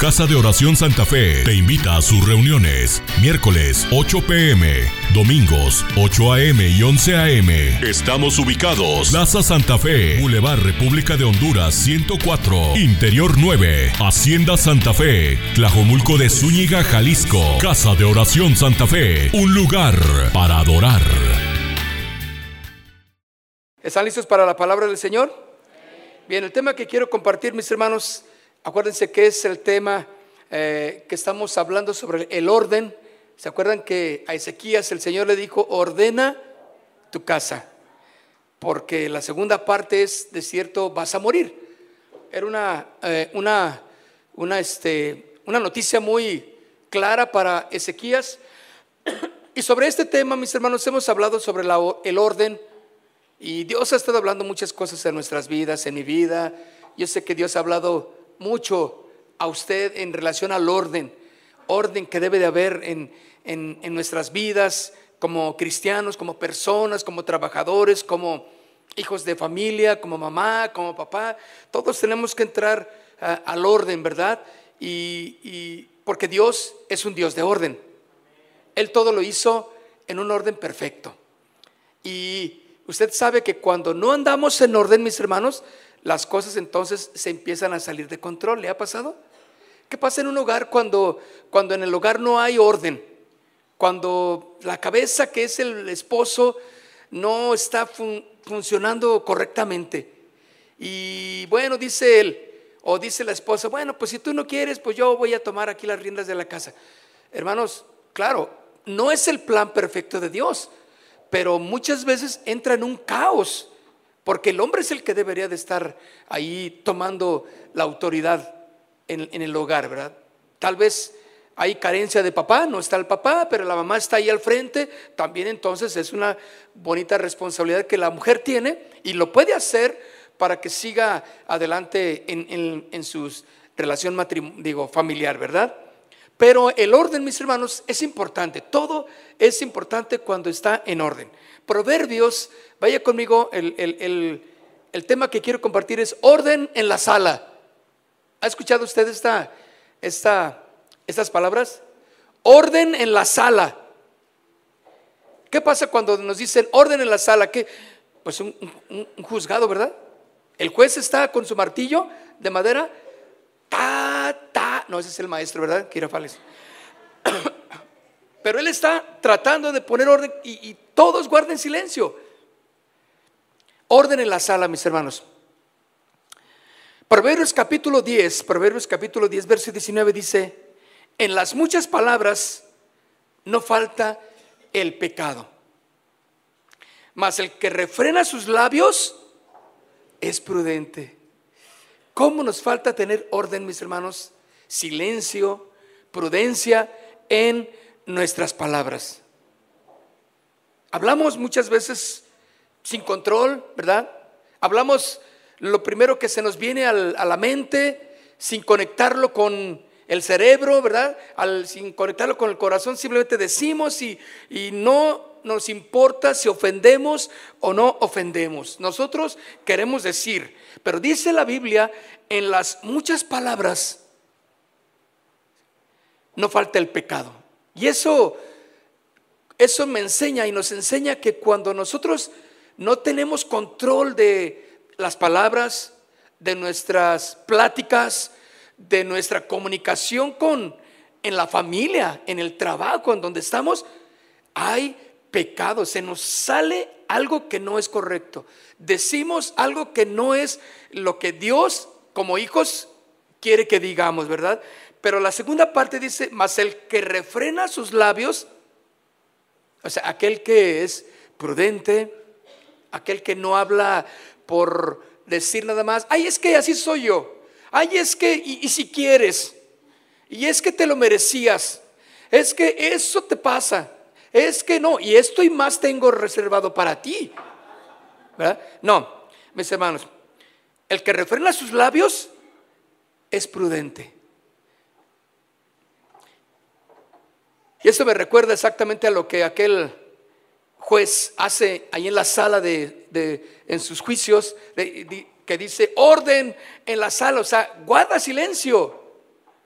Casa de Oración Santa Fe te invita a sus reuniones. Miércoles 8 p.m, domingos 8 a.m. y 11 a.m. Estamos ubicados: Plaza Santa Fe, Boulevard República de Honduras 104, Interior 9, Hacienda Santa Fe, Tlajomulco de Zúñiga, Jalisco. Casa de Oración Santa Fe, un lugar para adorar. ¿Están listos para la palabra del Señor? Bien, el tema que quiero compartir, mis hermanos, acuérdense que es el tema que estamos hablando sobre el orden. ¿Se acuerdan que a Ezequías el Señor le dijo: ordena tu casa? Porque la segunda parte es: de cierto vas a morir. Era una noticia muy clara para Ezequías. Y sobre este tema, mis hermanos, hemos hablado sobre el orden. Y Dios ha estado hablando muchas cosas en nuestras vidas, en mi vida. Yo sé que Dios ha hablado mucho a usted en relación al orden que debe de haber en nuestras vidas como cristianos, como personas, como trabajadores, como hijos de familia, como mamá, como papá. Todos tenemos que entrar al orden, ¿verdad? Y porque Dios es un Dios de orden. Él todo lo hizo en un orden perfecto. Y usted sabe que cuando no andamos en orden, mis hermanos, las cosas entonces se empiezan a salir de control. ¿Le ha pasado? ¿Qué pasa en un hogar cuando en el hogar no hay orden? Cuando la cabeza, que es el esposo, no está funcionando correctamente. Y bueno, dice él o dice la esposa: bueno, pues si tú no quieres, pues yo voy a tomar aquí las riendas de la casa. Hermanos, claro, no es el plan perfecto de Dios, pero muchas veces entra en un caos, porque el hombre es el que debería de estar ahí tomando la autoridad en el hogar, ¿verdad? Tal vez hay carencia de papá, no está el papá, pero la mamá está ahí al frente. También entonces es una bonita responsabilidad que la mujer tiene y lo puede hacer para que siga adelante en su relación familiar, ¿verdad? Pero el orden, mis hermanos, es importante. Todo es importante cuando está en orden. Proverbios, vaya conmigo, el tema que quiero compartir es orden en la sala. ¿Ha escuchado usted estas palabras? Orden en la sala. ¿Qué pasa cuando nos dicen orden en la sala? ¿Qué? Pues un juzgado, ¿verdad? El juez está con su martillo de madera. No, ese es el maestro, ¿verdad? Girafales. Pero él está tratando de poner orden y todos guarden silencio. Orden en la sala, mis hermanos. Proverbios capítulo 10, verso 19 dice: en las muchas palabras no falta el pecado, mas el que refrena sus labios es prudente. ¿Cómo nos falta tener orden, mis hermanos? Silencio, prudencia en nuestras palabras. Hablamos muchas veces sin control, ¿verdad? Hablamos lo primero que se nos viene a la mente, sin conectarlo con el cerebro, ¿verdad? Sin conectarlo con el corazón, simplemente decimos y no nos importa si ofendemos o no ofendemos. Nosotros queremos decir, pero dice la Biblia: en las muchas palabras no falta el pecado. Y eso me enseña y nos enseña que cuando nosotros no tenemos control de las palabras, de nuestras pláticas, de nuestra comunicación en la familia, en el trabajo, en donde estamos, hay pecado. Se nos sale algo que no es correcto. Decimos algo que no es lo que Dios, como hijos, quiere que digamos, ¿verdad? Pero la segunda parte dice: mas el que refrena sus labios, o sea, aquel que es prudente, aquel que no habla por decir nada más: ay, es que así soy yo, ay, es que, y si quieres, y es que te lo merecías, es que eso te pasa, es que no, y esto y más tengo reservado para ti, ¿verdad? No, mis hermanos, el que refrena sus labios es prudente. Y eso me recuerda exactamente a lo que aquel juez hace ahí en la sala en sus juicios, que dice orden en la sala, o sea, guarda silencio.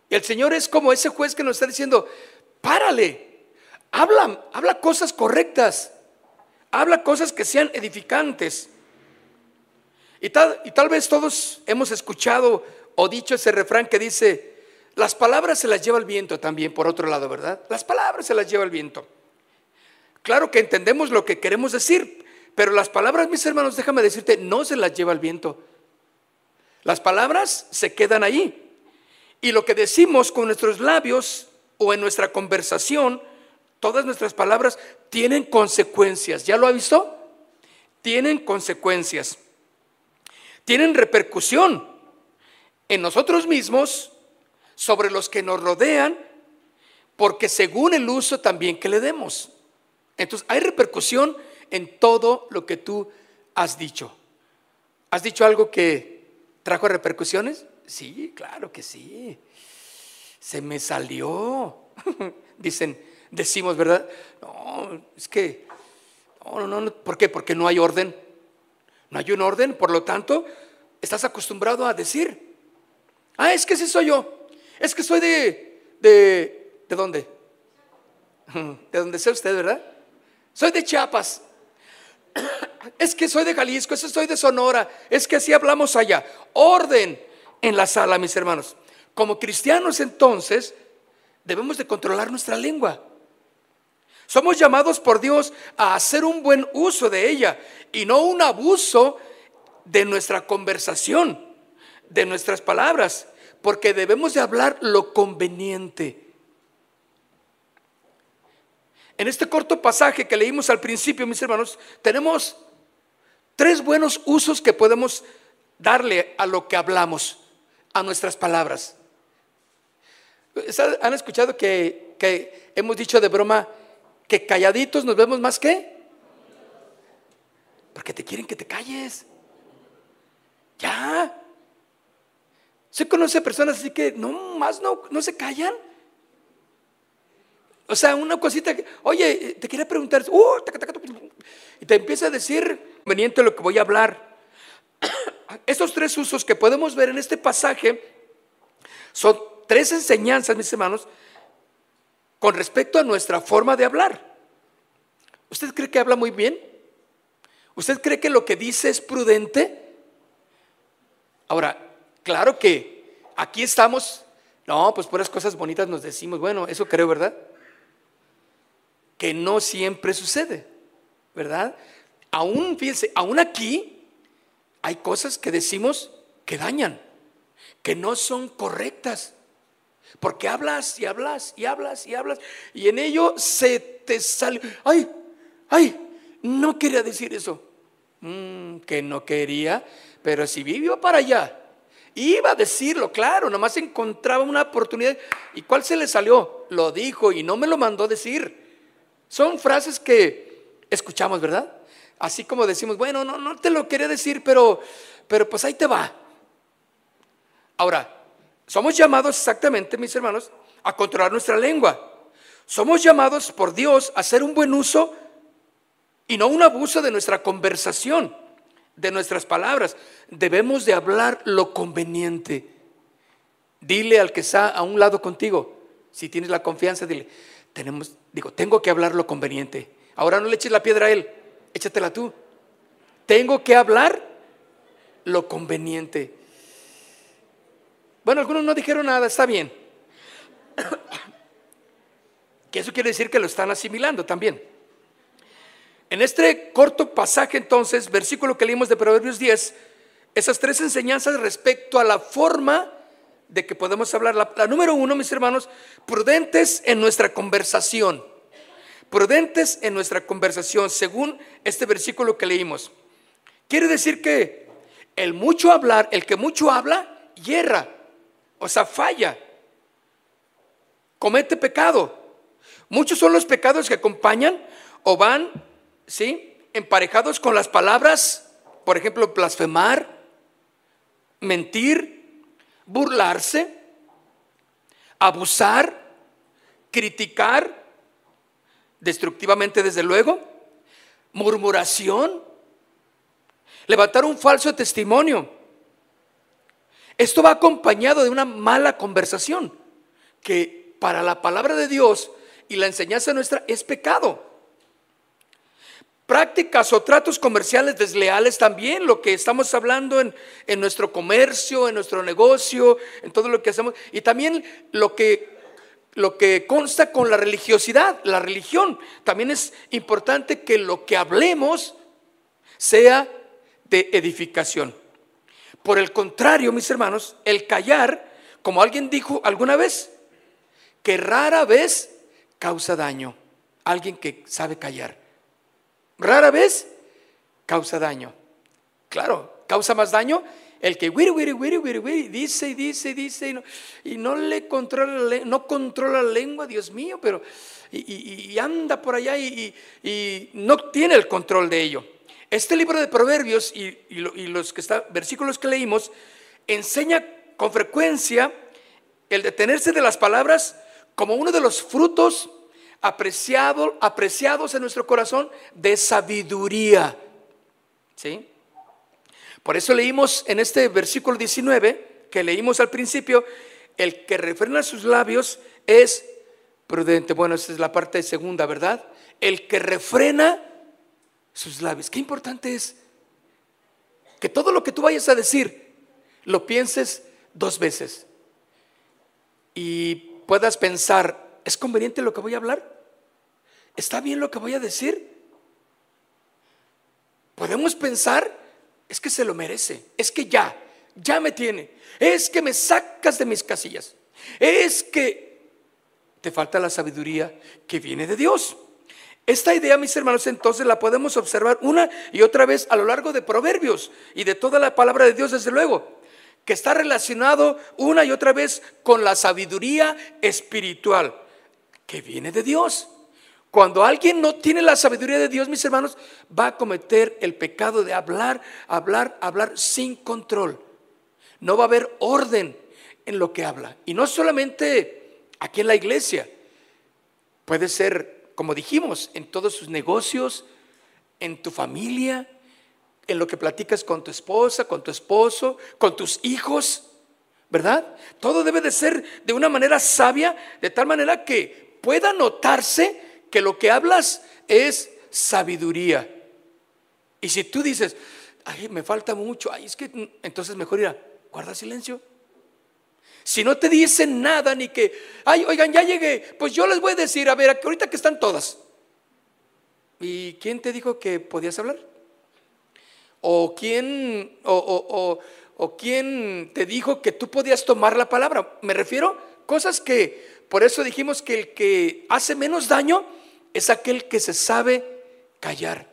El Señor es como ese juez que nos está diciendo: párale, habla cosas correctas, habla cosas que sean edificantes. Y tal vez todos hemos escuchado o dicho ese refrán que dice: las palabras se las lleva el viento también, por otro lado, ¿verdad? Las palabras se las lleva el viento. Claro que entendemos lo que queremos decir, pero las palabras, mis hermanos, déjame decirte, no se las lleva el viento. Las palabras se quedan ahí. Y lo que decimos con nuestros labios o en nuestra conversación, todas nuestras palabras tienen consecuencias. ¿Ya lo ha visto? Tienen consecuencias. Tienen repercusión en nosotros mismos, sobre los que nos rodean, porque según el uso también que le demos. Entonces hay repercusión en todo lo que tú has dicho. ¿Has dicho algo que trajo repercusiones? Sí, claro que sí. Se me salió. Decimos, ¿verdad? No, es que, no. ¿Por qué? Porque no hay orden. No hay un orden, por lo tanto, estás acostumbrado a decir: es que ese soy yo. Es que soy ¿de dónde? De donde sea usted, ¿verdad? Soy de Chiapas. Es que soy de Jalisco, es que soy de Sonora. Es que así hablamos allá. Orden en la sala, mis hermanos. Como cristianos, entonces, debemos de controlar nuestra lengua. Somos llamados por Dios a hacer un buen uso de ella y no un abuso de nuestra conversación, de nuestras palabras, porque debemos de hablar lo conveniente. En este corto pasaje que leímos al principio, mis hermanos, tenemos 3 buenos usos que podemos darle a lo que hablamos, a nuestras palabras. ¿Han escuchado que hemos dicho de broma que calladitos nos vemos más que? Porque te quieren que te calles. Ya. ¿Se conoce personas así que no se callan? O sea, una cosita que, oye, te quería preguntar, y te empieza a decir conveniente lo que voy a hablar. Estos 3 usos que podemos ver en este pasaje son 3 enseñanzas, mis hermanos, con respecto a nuestra forma de hablar. ¿Usted cree que habla muy bien? ¿Usted cree que lo que dice es prudente? Ahora, claro que aquí estamos, pues puras cosas bonitas nos decimos. Bueno, eso creo, ¿verdad? Que no siempre sucede, ¿verdad? Fíjense, aún aquí hay cosas que decimos que dañan, que no son correctas, porque hablas y hablas y hablas y hablas y en ello se te sale, no quería decir eso, que no quería, pero si vivió para allá, iba a decirlo, claro, nomás encontraba una oportunidad. ¿Y cuál se le salió? Lo dijo y no me lo mandó decir. Son frases que escuchamos, ¿verdad? Así como decimos, bueno, no te lo quería decir, pero pues ahí te va. Ahora, somos llamados exactamente, mis hermanos, a controlar nuestra lengua. Somos llamados por Dios a hacer un buen uso y no un abuso de nuestra conversación, de nuestras palabras. Debemos de hablar lo conveniente. Dile al que está a un lado contigo, si tienes la confianza, dile: tengo que hablar lo conveniente. Ahora no le eches la piedra a él, échatela tú. Tengo que hablar lo conveniente. Bueno, algunos no dijeron nada, está bien. Que eso quiere decir que lo están asimilando también. En este corto pasaje, entonces, versículo que leímos de Proverbios 10, esas 3 enseñanzas respecto a la forma de que podemos hablar. La número 1, mis hermanos, prudentes en nuestra conversación. Prudentes en nuestra conversación, según este versículo que leímos. Quiere decir que el que mucho habla, yerra, o sea, falla, comete pecado. Muchos son los pecados que acompañan o van, ¿sí?, emparejados con las palabras, por ejemplo, blasfemar, mentir, burlarse, abusar, criticar, destructivamente desde luego, murmuración, levantar un falso testimonio. Esto va acompañado de una mala conversación. que para la palabra de Dios y la enseñanza nuestra es pecado. Prácticas o tratos comerciales desleales también, lo que estamos hablando en nuestro comercio, en nuestro negocio, en todo lo que hacemos. Y también lo que consta con la religiosidad, la religión. También es importante que lo que hablemos sea de edificación. Por el contrario, mis hermanos, el callar, como alguien dijo alguna vez, que rara vez causa daño. Alguien que sabe callar, rara vez causa daño. Claro, causa más daño el que dice y dice y dice y no le controla, no controla la lengua, Dios mío, pero y anda por allá y no tiene el control de ello. Este libro de Proverbios y los versículos que leímos enseña con frecuencia el detenerse de las palabras como uno de los frutos apreciados en nuestro corazón de sabiduría. ¿Sí? Por eso leímos en este versículo 19 que leímos al principio, el que refrena sus labios es prudente. Bueno, esa es la parte segunda, ¿verdad? El que refrena sus labios. Qué importante es que todo lo que tú vayas a decir lo pienses 2 veces y puedas pensar, ¿es conveniente lo que voy a hablar? ¿Está bien lo que voy a decir? Podemos pensar, es que se lo merece, es que ya me tiene, es que me sacas de mis casillas, es que te falta la sabiduría que viene de Dios. Esta idea, mis hermanos, entonces la podemos observar una y otra vez a lo largo de Proverbios y de toda la palabra de Dios, desde luego, que está relacionado una y otra vez con la sabiduría espiritual que viene de Dios. Cuando alguien no tiene la sabiduría de Dios, mis hermanos, va a cometer el pecado de hablar sin control. No va a haber orden en lo que habla. Y no solamente aquí en la iglesia, puede ser, como dijimos, en todos sus negocios, en tu familia, en lo que platicas con tu esposa, con tu esposo, con tus hijos, ¿verdad? Todo debe de ser de una manera sabia, de tal manera que pueda notarse que lo que hablas es sabiduría. Y si tú dices, ay, me falta mucho, ay, es que entonces mejor guarda silencio. Si no te dicen nada, ni que, ay, oigan, ya llegué, pues yo les voy a decir, a ver, ahorita que están todas. ¿Y quién te dijo que podías hablar? ¿O quién te dijo que tú podías tomar la palabra? Me refiero a cosas que, por eso dijimos que el que hace menos daño es aquel que se sabe callar.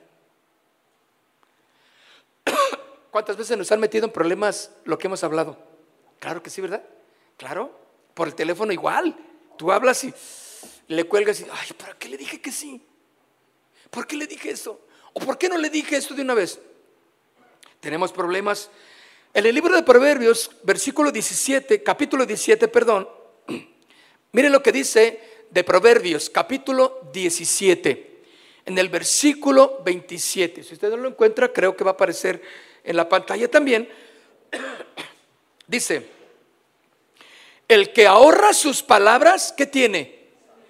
¿Cuántas veces nos han metido en problemas lo que hemos hablado? Claro que sí, ¿verdad? Claro, por el teléfono igual. Tú hablas y le cuelgas y, ay, ¿para qué le dije que sí? ¿Por qué le dije eso? ¿O por qué no le dije esto de una vez? Tenemos problemas. En el libro de Proverbios, capítulo 17, miren lo que dice de Proverbios, capítulo 17, en el versículo 27. Si usted no lo encuentra, creo que va a aparecer en la pantalla también. Dice, el que ahorra sus palabras, ¿qué tiene?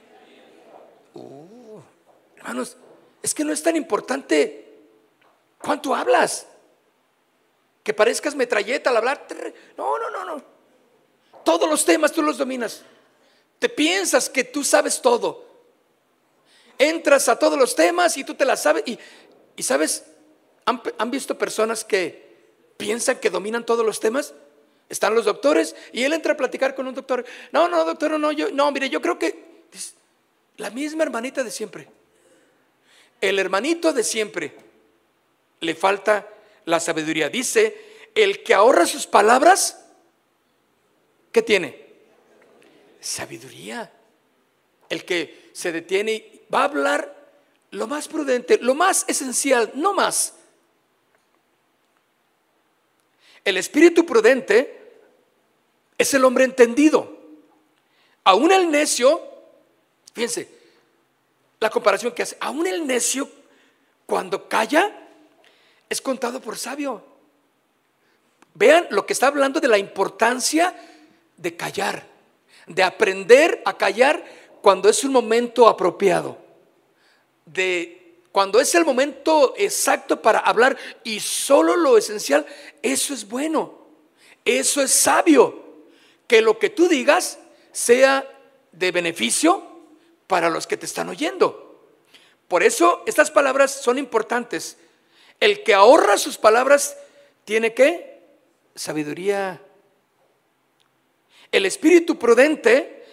Hermanos, es que no es tan importante cuánto hablas, que parezcas metralleta al hablar. No. Todos los temas tú los dominas. Te piensas que tú sabes todo. Entras a todos los temas y tú te las sabes. Y sabes, ¿han visto personas que piensan que dominan todos los temas? Están los doctores y él entra a platicar con un doctor. No, doctor, mire, yo creo que la misma hermanita de siempre. El hermanito de siempre. Le falta la sabiduría. Dice, el que ahorra sus palabras, ¿qué tiene? Sabiduría. El que se detiene y va a hablar lo más prudente, lo más esencial, no más. El espíritu prudente es el hombre entendido. Aún el necio, fíjense la comparación que hace, aún el necio cuando calla es contado por sabio. Vean lo que está hablando de la importancia de callar. de aprender a callar cuando es un momento apropiado, de cuando es el momento exacto para hablar y solo lo esencial. Eso es bueno, eso es sabio, que lo que tú digas sea de beneficio para los que te están oyendo. Por eso estas palabras son importantes. El que ahorra sus palabras tiene ¿qué? Sabiduría. El espíritu prudente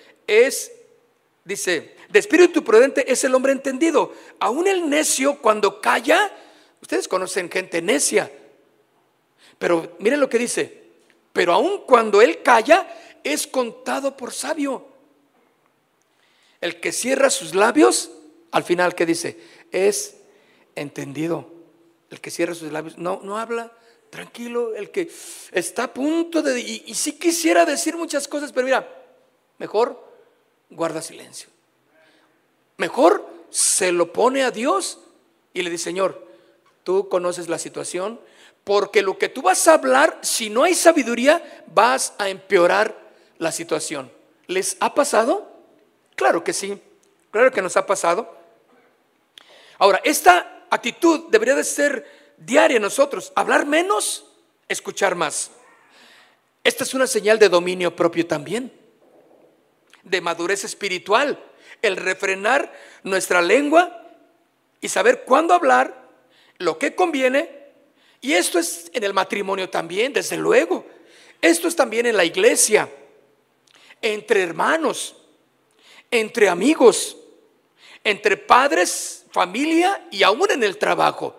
dice, de espíritu prudente es el hombre entendido. Aún el necio cuando calla, ustedes conocen gente necia, pero miren lo que dice, pero aún cuando él calla es contado por sabio. El que cierra sus labios, al final, ¿qué dice? Es entendido. El que cierra sus labios no habla, tranquilo. El que está a punto de, y sí quisiera decir muchas cosas, pero mira, mejor guarda silencio. Mejor se lo pone a Dios y le dice: Señor, tú conoces la situación, porque lo que tú vas a hablar, si no hay sabiduría, vas a empeorar la situación. ¿Les ha pasado? Claro que sí, claro que nos ha pasado. Ahora, esta actitud debería de ser diaria en nosotros: hablar menos, escuchar más. Esta es una señal de dominio propio también, de madurez espiritual, el refrenar nuestra lengua y saber cuándo hablar, lo que conviene. Y esto es en el matrimonio también, desde luego. Esto es también en la iglesia, entre hermanos, entre amigos, entre padres, familia y aún en el trabajo.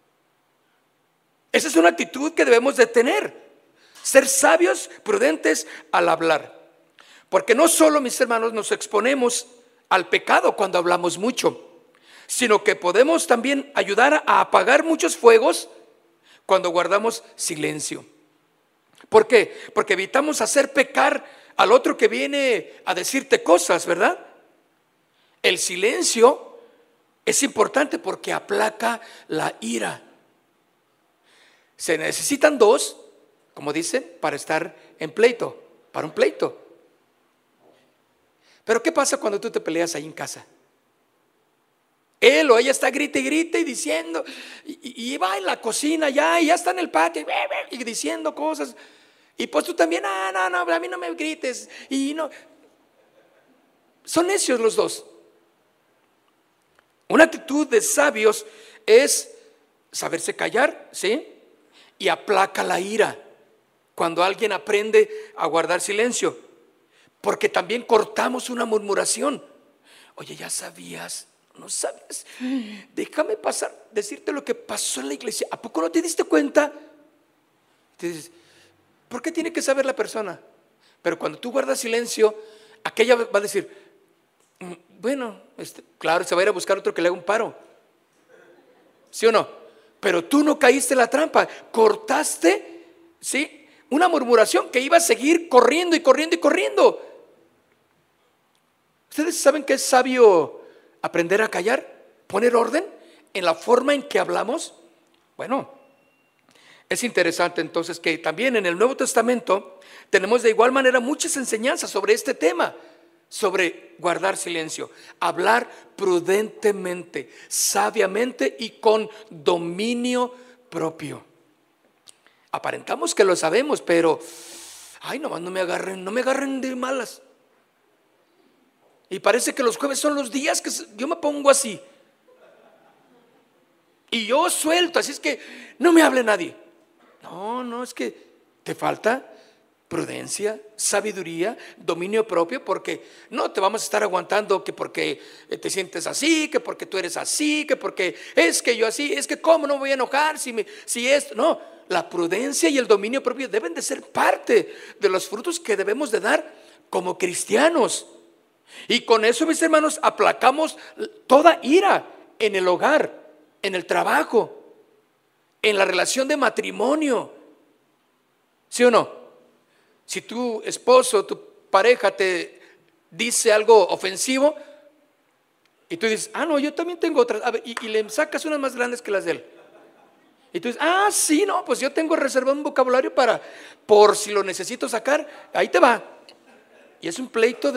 Esa es una actitud que debemos de tener: ser sabios, prudentes al hablar. Porque no solo, mis hermanos, nos exponemos al pecado cuando hablamos mucho, sino que podemos también ayudar a apagar muchos fuegos cuando guardamos silencio. ¿Por qué? Porque evitamos hacer pecar al otro que viene a decirte cosas, ¿verdad? El silencio es importante porque aplaca la ira. Se necesitan dos, como dicen, para estar en pleito, para un pleito. Pero ¿qué pasa cuando tú te peleas ahí en casa? Él o ella está grite y grite y diciendo, y va en la cocina ya, y ya está en el patio y diciendo cosas. Y pues tú también: no, a mí no me grites. Y no, son necios los dos. Una actitud de sabios es saberse callar, ¿sí? Y aplaca la ira cuando alguien aprende a guardar silencio, porque también cortamos una murmuración. Oye, ¿ya sabías? ¿No sabías? Déjame decirte lo que pasó en la iglesia. ¿A poco no te diste cuenta? Te dices: ¿por qué tiene que saber la persona? Pero cuando tú guardas silencio, aquella va a decir: bueno, claro, se va a ir a buscar otro que le haga un paro. ¿Sí o no? Pero tú no caíste en la trampa, cortaste, ¿sí?, una murmuración que iba a seguir corriendo y corriendo y corriendo. ¿Ustedes saben que es sabio aprender a callar? Poner orden en la forma en que hablamos. Bueno, es interesante entonces que también en el Nuevo Testamento tenemos de igual manera muchas enseñanzas sobre este tema, sobre guardar silencio, hablar prudentemente, sabiamente y con dominio propio. Aparentamos que lo sabemos, pero nomás no me agarren de malas. Y parece que los jueves son los días que yo me pongo así. Y yo suelto, así es que no me hable nadie. No, es que te falta prudencia, sabiduría, dominio propio, porque no te vamos a estar aguantando que porque te sientes así, que porque tú eres así, que porque es que yo así, es que cómo no voy a enojar si esto. No, la prudencia y el dominio propio deben de ser parte de los frutos que debemos de dar como cristianos. Y con eso, mis hermanos, aplacamos toda ira en el hogar, en el trabajo, en la relación de matrimonio. ¿Sí o no? Si tu esposo, tu pareja te dice algo ofensivo y tú dices: no, yo también tengo otras, a ver, y le sacas unas más grandes que las de él. Y tú dices: sí, no, pues yo tengo reservado un vocabulario por si lo necesito sacar, ahí te va. y es un pleito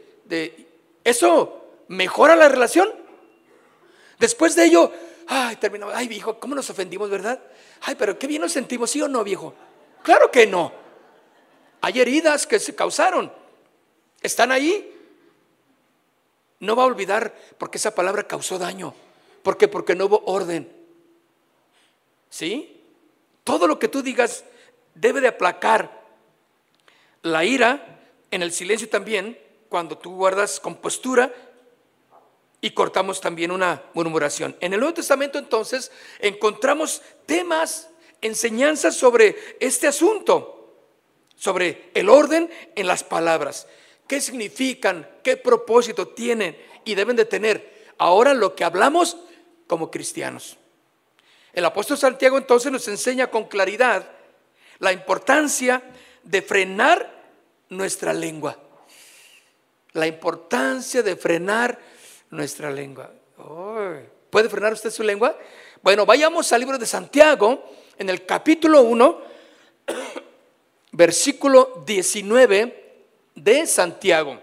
¿eso mejora la relación? Después de ello, terminamos, viejo, ¿cómo nos ofendimos, verdad? Pero qué bien nos sentimos, ¿sí o no, viejo? Claro que no. Hay heridas que se causaron, están ahí. No va a olvidar porque esa palabra causó daño. ¿Por qué? Porque no hubo orden. ¿Sí? Todo lo que tú digas debe de aplacar la ira, en el silencio también, cuando tú guardas compostura y cortamos también una murmuración. En el Nuevo Testamento entonces encontramos temas, enseñanzas sobre este asunto, sobre el orden en las palabras. ¿Qué significan? ¿Qué propósito tienen y deben de tener ahora lo que hablamos como cristianos? El apóstol Santiago entonces nos enseña con claridad la importancia de frenar nuestra lengua. La importancia de frenar nuestra lengua. ¿Puede frenar usted su lengua? Bueno, vayamos al libro de Santiago, en el capítulo 1, versículo 19 de Santiago.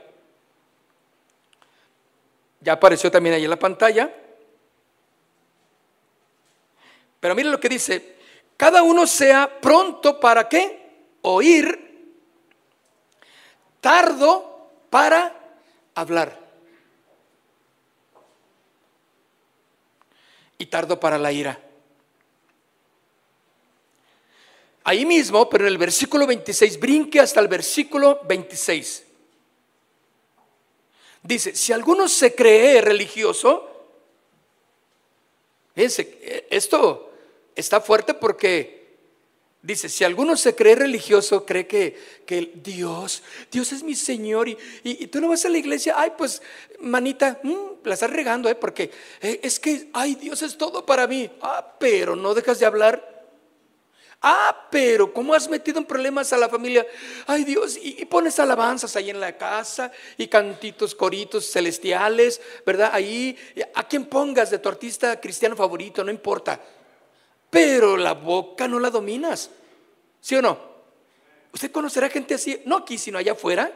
Ya apareció también ahí en la pantalla. Pero mire lo que dice: cada uno sea pronto para ¿qué? Oír, tardo para hablar y tardo para la ira. Ahí mismo, pero en el versículo 26, brinque hasta el versículo 26. Dice: si alguno se cree religioso, fíjense, esto está fuerte porque dice: si alguno se cree religioso, cree que Dios es mi Señor y tú no vas a la iglesia, pues manita, la estás regando, porque es que, Dios es todo para mí. Pero no dejas de hablar. Pero ¿cómo has metido en problemas a la familia? Dios, y pones alabanzas ahí en la casa y cantitos, coritos celestiales, ¿verdad? Ahí, a quien pongas de tu artista cristiano favorito, no importa. Pero la boca no la dominas, ¿sí o no? ¿Usted conocerá gente así? No aquí, sino allá afuera.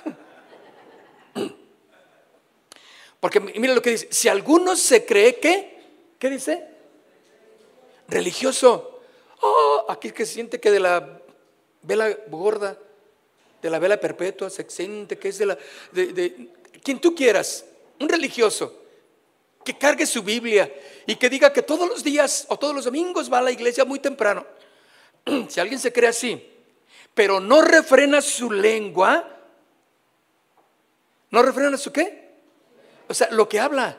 Porque mira lo que dice: si alguno se cree ¿qué dice? Religioso. Aquí es que se siente que de la vela gorda, de la vela perpetua, se siente que es de quien tú quieras, un religioso que cargue su Biblia y que diga que todos los días o todos los domingos va a la iglesia muy temprano. Si alguien se cree así, pero no refrena su lengua, ¿no refrena su qué? O sea, lo que habla,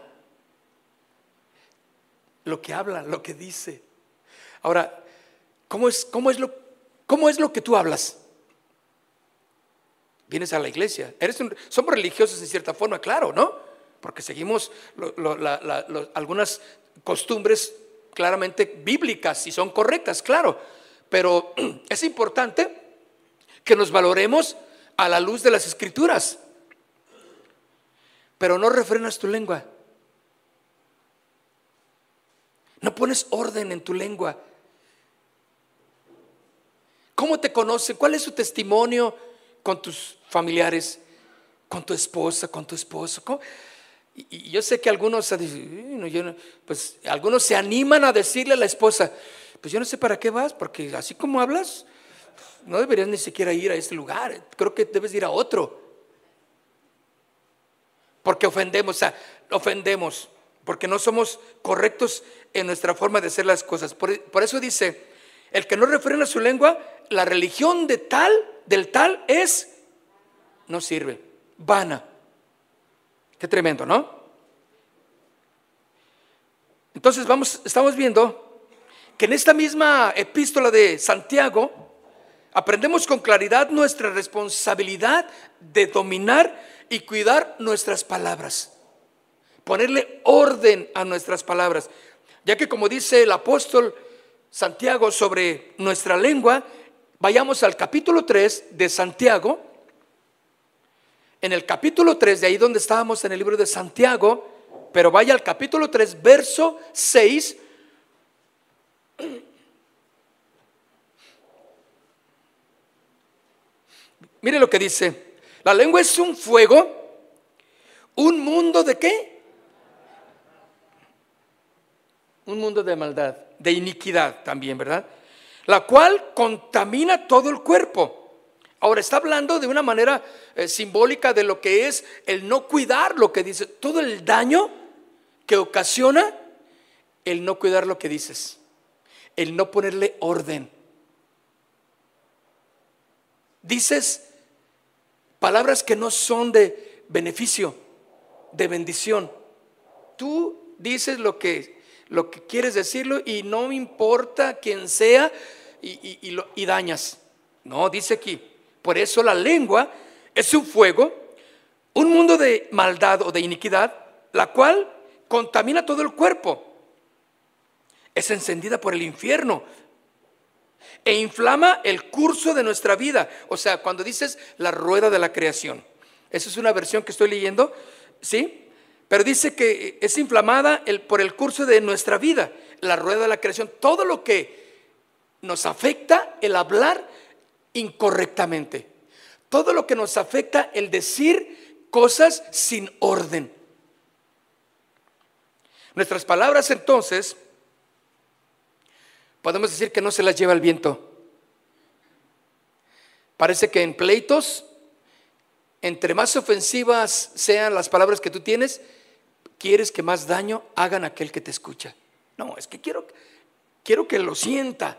lo que dice. Ahora, ¿cómo es lo que tú hablas? Vienes a la iglesia, somos religiosos en cierta forma, claro, ¿no? Porque seguimos algunas costumbres claramente bíblicas y son correctas, claro. Pero es importante que nos valoremos a la luz de las Escrituras. Pero no refrenas tu lengua. No pones orden en tu lengua. ¿Cómo te conocen? ¿Cuál es su testimonio con tus familiares? ¿Con tu esposa? ¿Con tu esposo? Y yo sé que algunos pues algunos se animan a decirle a la esposa: pues yo no sé para qué vas, porque así como hablas, no deberías ni siquiera ir a este lugar. Creo que debes ir a otro. Porque ofendemos, porque no somos correctos en nuestra forma de hacer las cosas. Por eso dice: el que no refrena su lengua, la religión del tal no sirve, vana. Qué tremendo, ¿no? Entonces estamos viendo que en esta misma epístola de Santiago aprendemos con claridad nuestra responsabilidad de dominar y cuidar nuestras palabras, ponerle orden a nuestras palabras, ya que, como dice el apóstol Santiago sobre nuestra lengua, vayamos al capítulo 3 de Santiago. En el capítulo 3, de ahí donde estábamos en el libro de Santiago, pero vaya al capítulo 3, verso 6. Mire lo que dice: La lengua es un fuego, un mundo de ¿qué? Un mundo de maldad, de iniquidad también, ¿verdad? La cual contamina todo el cuerpo. Ahora está hablando de una manera simbólica de lo que es el no cuidar lo que dice, todo el daño que ocasiona el no cuidar lo que dices, el no ponerle orden. Dices palabras que no son de beneficio, de bendición. Tú dices lo que quieres decirlo y no importa quién sea y dañas. No, dice aquí. Por eso la lengua es un fuego, un mundo de maldad o de iniquidad, la cual contamina todo el cuerpo. Es encendida por el infierno e inflama el curso de nuestra vida. O sea, cuando dices la rueda de la creación. Esa es una versión que estoy leyendo, ¿sí? Pero dice que es inflamada por el curso de nuestra vida, la rueda de la creación. Todo lo que nos afecta el hablar incorrectamente, todo lo que nos afecta el decir cosas sin orden. Nuestras palabras entonces podemos decir que no se las lleva el viento. Parece que en pleitos, entre más ofensivas sean las palabras que tú tienes, quieres que más daño hagan a aquel que te escucha. No, es que quiero que lo sienta.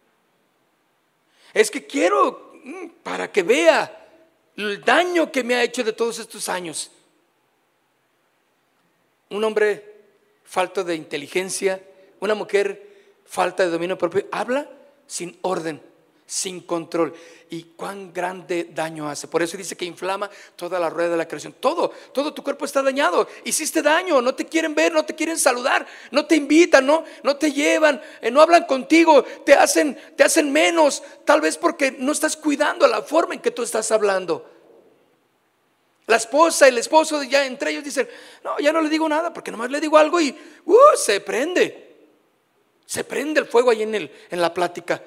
Es que quiero para que vea el daño que me ha hecho de todos estos años. Un hombre falto de inteligencia, una mujer falta de dominio propio, habla sin orden, sin control. Y cuán grande daño hace. Por eso dice que inflama toda la rueda de la creación. Todo tu cuerpo está dañado. Hiciste daño, no te quieren ver, no te quieren saludar, no te invitan, no te llevan, no hablan contigo, te hacen menos. Tal vez porque no estás cuidando la forma en que tú estás hablando. La esposa y el esposo ya entre ellos dicen, no, ya no le digo nada porque nomás le digo algo y se prende el fuego ahí en la plática.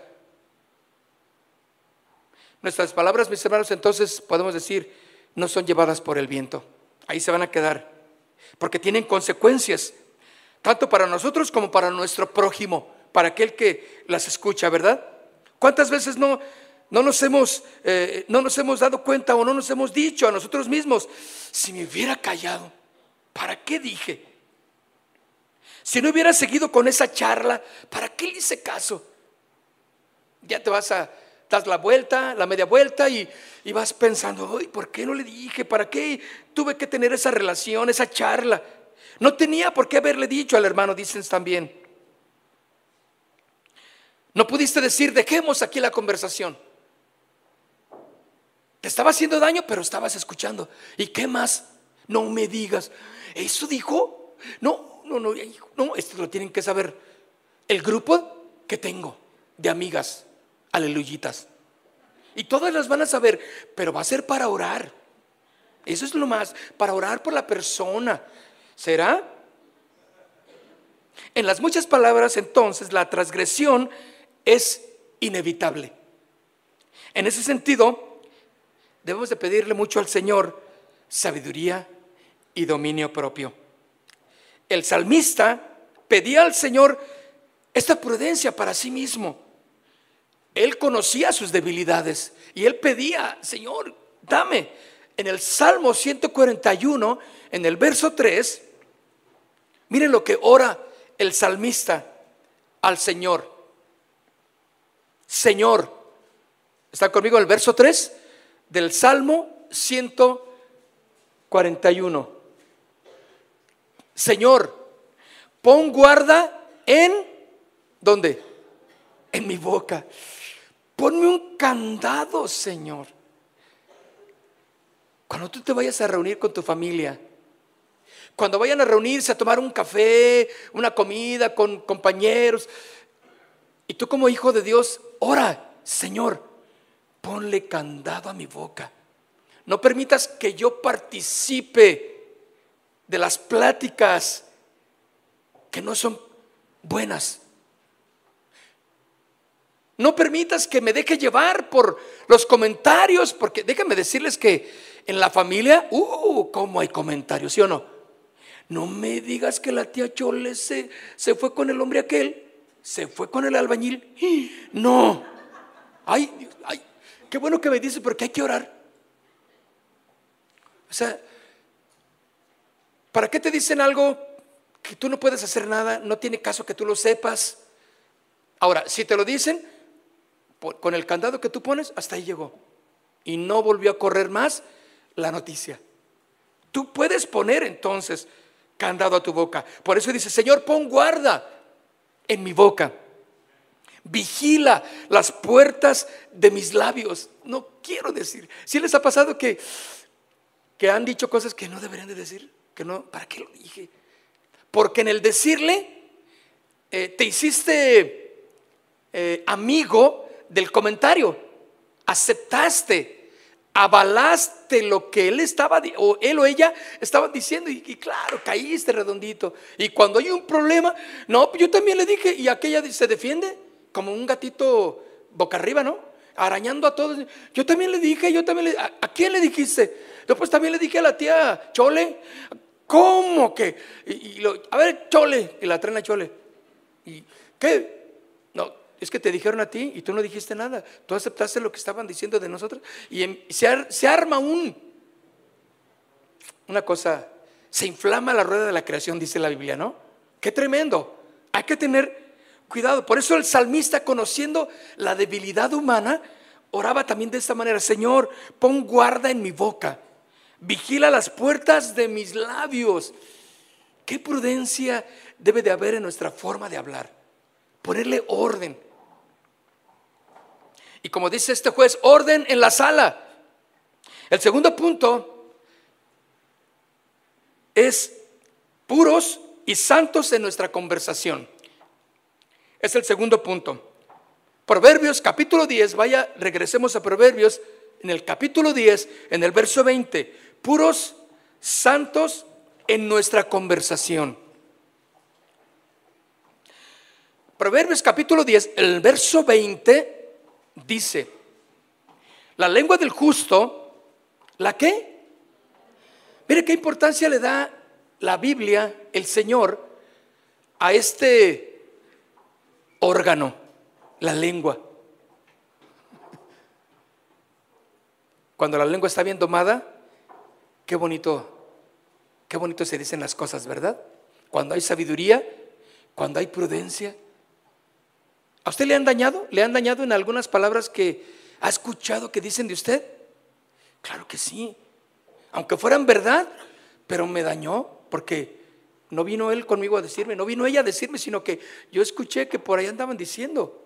Nuestras palabras, mis hermanos, entonces podemos decir, no son llevadas por el viento. Ahí se van a quedar, porque tienen consecuencias, tanto para nosotros como para nuestro prójimo, para aquel que las escucha, ¿verdad? ¿Cuántas veces no nos hemos dado cuenta o no nos hemos dicho a nosotros mismos, si me hubiera callado, ¿para qué dije? Si no hubiera seguido con esa charla, ¿para qué le hice caso? Ya te das la vuelta, la media vuelta y vas pensando, ay, ¿por qué no le dije? ¿Para qué tuve que tener esa relación, esa charla? No tenía por qué haberle dicho al hermano, dicen también. No pudiste decir, dejemos aquí la conversación. Te estaba haciendo daño, pero estabas escuchando. ¿Y qué más? No me digas, ¿eso dijo? No, esto lo tienen que saber el grupo que tengo de amigas. Aleluyitas. Y todas las van a saber, pero va a ser para orar. Eso es lo más, para orar por la persona. ¿Será? En las muchas palabras, entonces, la transgresión es inevitable. En ese sentido, debemos de pedirle mucho al Señor sabiduría y dominio propio. El salmista pedía al Señor esta prudencia para sí mismo. Él conocía sus debilidades y él pedía, Señor, dame. En el Salmo 141, en el verso 3, miren lo que ora el salmista al Señor. Señor, ¿está conmigo en el verso 3 del Salmo 141? Señor, pon guarda en, ¿dónde? En mi boca. Ponme un candado, Señor. Cuando tú te vayas a reunir con tu familia, cuando vayan a reunirse a tomar un café, una comida con compañeros, y tú como hijo de Dios, ora, Señor, ponle candado a mi boca. No permitas que yo participe de las pláticas que no son buenas. No permitas que me deje llevar por los comentarios, porque déjame decirles que En la familia, cómo hay comentarios, ¿sí o no? No me digas que la tía Chole se fue con el hombre aquel, se fue con el albañil. No, ay, qué bueno que me dice, porque hay que orar. O sea, ¿para qué te dicen algo que tú no puedes hacer nada? No tiene caso que tú lo sepas. Ahora, si te lo dicen, con el candado que tú pones, hasta ahí llegó. Y no volvió a correr más la noticia. Tú puedes poner entonces candado a tu boca. Por eso dice: Señor, pon guarda en mi boca. Vigila las puertas de mis labios. No quiero decir. ¿Sí les ha pasado que han dicho cosas que no deberían de decir? Que no, ¿para qué lo dije? Porque en el decirle te hiciste amigo del comentario, aceptaste, avalaste lo que él o ella estaban diciendo, y claro, caíste redondito. Y cuando hay un problema, no, yo también le dije, y aquella se defiende como un gatito boca arriba, ¿no? Arañando a todos. Yo también le dije, ¿a quién le dijiste? Yo pues también le dije a la tía Chole. ¿Cómo que? A ver, Chole, y la traen a Chole. ¿Y qué? No, es que te dijeron a ti y tú no dijiste nada. Tú aceptaste lo que estaban diciendo de nosotros. Y se arma una cosa, se inflama la rueda de la creación, dice la Biblia, ¿no? Qué tremendo. Hay que tener cuidado. Por eso el salmista, conociendo la debilidad humana, oraba también de esta manera: Señor, pon guarda en mi boca, vigila las puertas de mis labios. Qué prudencia debe de haber en nuestra forma de hablar, ponerle orden. Y como dice este juez, orden en la sala. El segundo punto es puros y santos en nuestra conversación. Es el segundo punto. Proverbios capítulo 10, regresemos a Proverbios en el capítulo 10, en el verso 20. Puros, santos en nuestra conversación. Proverbios capítulo 10, el verso 20 dice: la lengua del justo, ¿la qué? Mire qué importancia le da la Biblia, el Señor, a este órgano, la lengua. Cuando la lengua está bien domada, qué bonito se dicen las cosas, ¿verdad? Cuando hay sabiduría, cuando hay prudencia. ¿A usted le han dañado? ¿Le han dañado en algunas palabras que ha escuchado que dicen de usted? Claro que sí. Aunque fueran verdad, pero me dañó, porque no vino él conmigo a decirme, no vino ella a decirme, sino que yo escuché que por ahí andaban diciendo.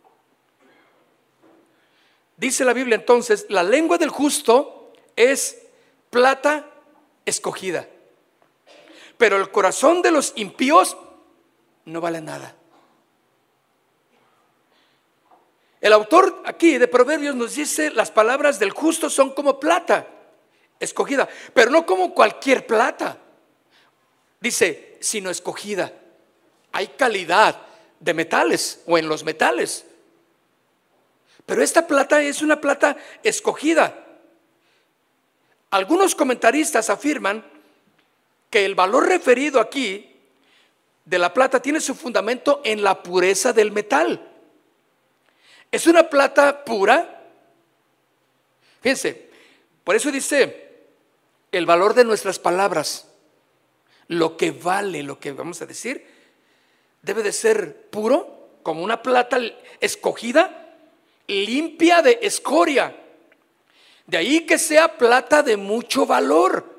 Dice la Biblia entonces: la lengua del justo es plata escogida, pero el corazón de los impíos no vale nada. El autor aquí de Proverbios nos dice: las palabras del justo son como plata escogida, pero no como cualquier plata. Dice, sino escogida. Hay calidad de metales o en los metales, pero esta plata es una plata escogida. Algunos comentaristas afirman que el valor referido aquí de la plata tiene su fundamento en la pureza del metal. Es una plata pura. Fíjense, por eso dice el valor de nuestras palabras. Lo que vale, lo que vamos a decir, debe de ser puro, como una plata escogida, limpia de escoria. De ahí que sea plata de mucho valor.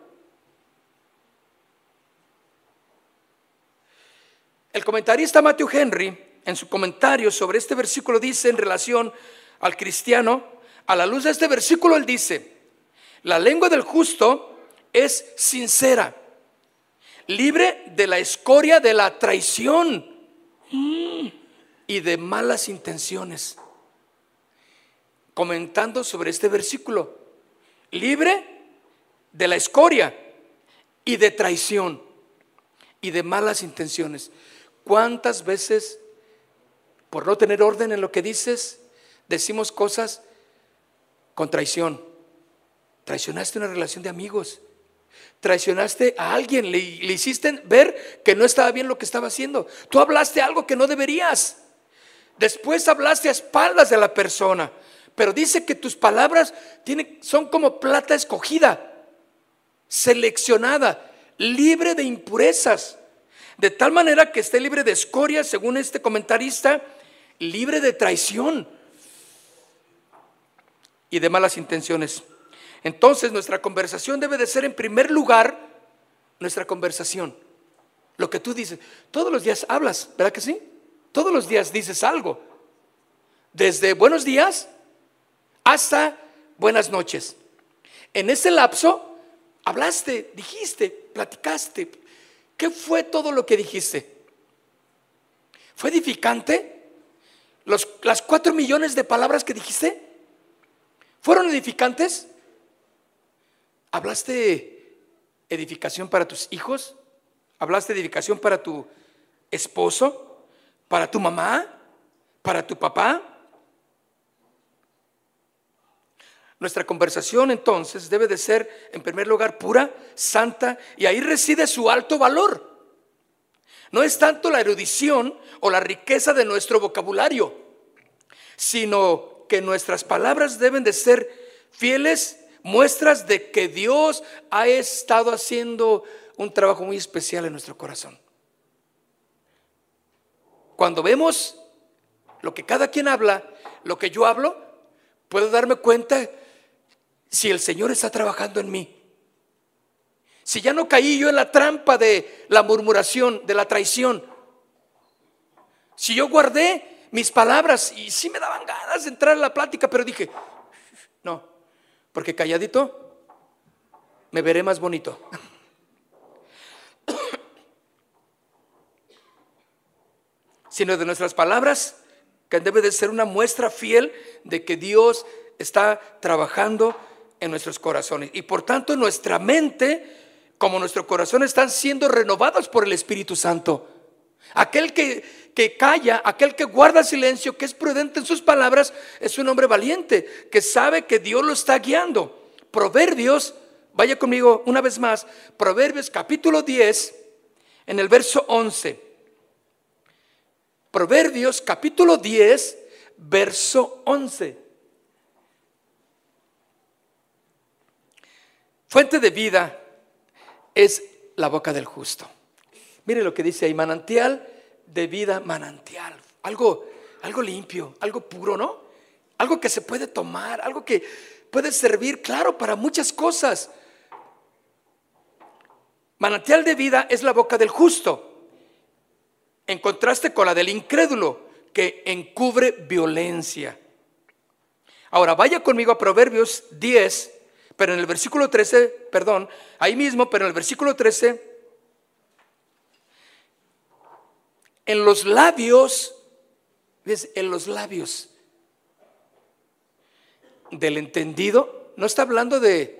El comentarista Matthew Henry, en su comentario sobre este versículo, dice en relación al cristiano, a la luz de este versículo, él dice: la lengua del justo es sincera, libre de la escoria de la traición y de malas intenciones. Comentando sobre este versículo, libre de la escoria y de traición y de malas intenciones. ¿Cuántas veces, por no tener orden en lo que dices, decimos cosas con traición? Traicionaste una relación de amigos. Traicionaste a alguien, le hiciste ver que no estaba bien lo que estaba haciendo. Tú hablaste algo que no deberías. Después hablaste a espaldas de la persona. Pero dice que tus palabras son como plata escogida, seleccionada, libre de impurezas, de tal manera que esté libre de escoria, según este comentarista, libre de traición y de malas intenciones. Entonces nuestra conversación debe de ser, en primer lugar, nuestra conversación. Lo que tú dices, todos los días hablas, ¿verdad que sí? Todos los días dices algo, desde buenos días hasta buenas noches. En ese lapso hablaste, dijiste, platicaste. ¿Qué fue todo lo que dijiste? ¿Fue edificante? ¿Las 4 millones de palabras que dijiste fueron edificantes? ¿Hablaste edificación para tus hijos? ¿Hablaste edificación para tu esposo? ¿Para tu mamá? ¿Para tu papá? Nuestra conversación entonces debe de ser, en primer lugar, pura, santa, y ahí reside su alto valor. No es tanto la erudición o la riqueza de nuestro vocabulario, sino que nuestras palabras deben de ser fieles muestras de que Dios ha estado haciendo un trabajo muy especial en nuestro corazón. Cuando vemos lo que cada quien habla, lo que yo hablo, puedo darme cuenta si el Señor está trabajando en mí. Si ya no caí yo en la trampa de la murmuración, de la traición. Si yo guardé mis palabras y sí me daban ganas de entrar en la plática, pero dije, no, porque calladito me veré más bonito. Sino de nuestras palabras, que debe de ser una muestra fiel de que Dios está trabajando en nuestros corazones. Y por tanto nuestra mente, como nuestro corazón, están siendo renovados por el Espíritu Santo. Aquel que calla, aquel que guarda silencio, que es prudente en sus palabras, es un hombre valiente, que sabe que Dios lo está guiando. Proverbios, vaya conmigo una vez más, Proverbios capítulo 10, en el verso 11. Proverbios capítulo 10, verso 11. Fuente de vida es la boca del justo. Mire lo que dice ahí: manantial de vida, manantial. Algo limpio, algo puro, ¿no? Algo que se puede tomar, algo que puede servir, claro, para muchas cosas. Manantial de vida es la boca del justo, en contraste con la del incrédulo, que encubre violencia. Ahora vaya conmigo a Proverbios 10, pero en el versículo 13, perdón, ahí mismo, pero en el versículo 13, en los labios, ¿ves? En los labios del entendido, no está hablando de